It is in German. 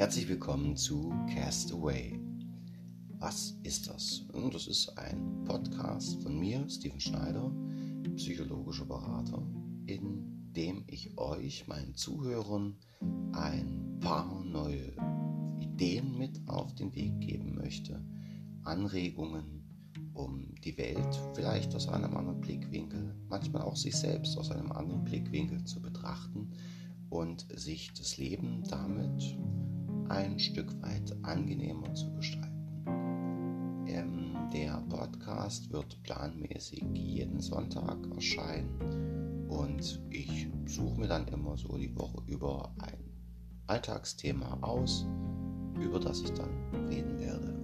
Herzlich willkommen zu Castaway. Was ist das? Das ist ein Podcast von mir, Steven Schneider, psychologischer Berater, in dem ich euch, meinen Zuhörern, ein paar neue Ideen mit auf den Weg geben möchte, Anregungen, um die Welt vielleicht aus einem anderen Blickwinkel, manchmal auch sich selbst aus einem anderen Blickwinkel zu betrachten und sich das Leben damit ein Stück weit angenehmer zu gestalten. Der Podcast wird planmäßig jeden Sonntag erscheinen und ich suche mir dann immer so die Woche über ein Alltagsthema aus, über das ich dann reden werde.